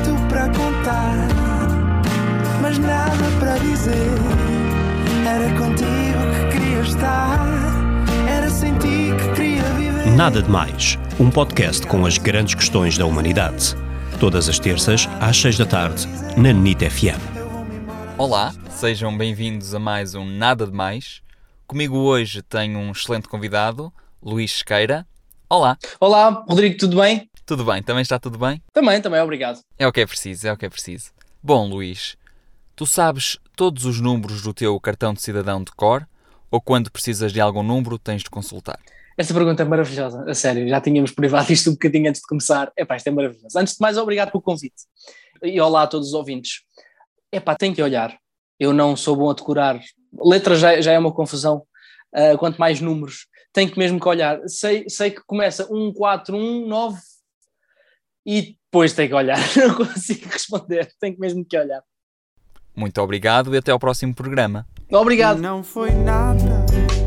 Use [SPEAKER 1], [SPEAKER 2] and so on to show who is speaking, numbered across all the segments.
[SPEAKER 1] tanto para contar, mas nada para dizer. Era contigo que queria estar, era sem ti que queria viver.
[SPEAKER 2] Nada de Mais, um podcast com as grandes questões da humanidade. Todas as terças, às 6 da tarde, na NIT FM.
[SPEAKER 3] Olá, sejam bem-vindos a mais um Nada de Mais. Comigo hoje tenho um excelente convidado, Luís Sequeira. Olá.
[SPEAKER 4] Olá, Rodrigo, tudo bem?
[SPEAKER 3] Tudo bem, também está tudo bem?
[SPEAKER 4] Também, obrigado.
[SPEAKER 3] É o que é preciso. Bom, Luís, tu sabes todos os números do teu cartão de cidadão de cor? Ou quando precisas de algum número, tens de consultar?
[SPEAKER 4] Esta pergunta é maravilhosa, a sério, já tínhamos privado isto um bocadinho antes de começar. Isto é maravilhoso. Antes de mais, obrigado pelo convite. E olá a todos os ouvintes. Tenho que olhar. Eu não sou bom a decorar. Letras já é uma confusão. Quanto mais números. Tenho que mesmo que olhar. Sei que começa 1, 4, 1, 9 e depois tenho que olhar. Não consigo responder. Tenho mesmo que olhar.
[SPEAKER 3] Muito obrigado e até ao próximo programa.
[SPEAKER 4] Obrigado.
[SPEAKER 1] Não foi nada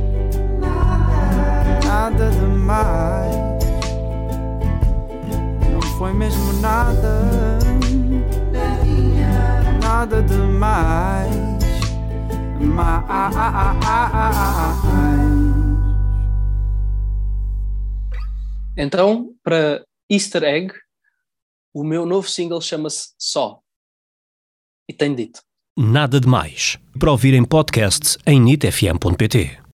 [SPEAKER 1] demais. Não foi mesmo nada demais.
[SPEAKER 4] Então, para Easter Egg, o meu novo single chama-se Só. E tenho dito.
[SPEAKER 2] Nada de Mais. Para ouvir em podcast em nitfm.pt.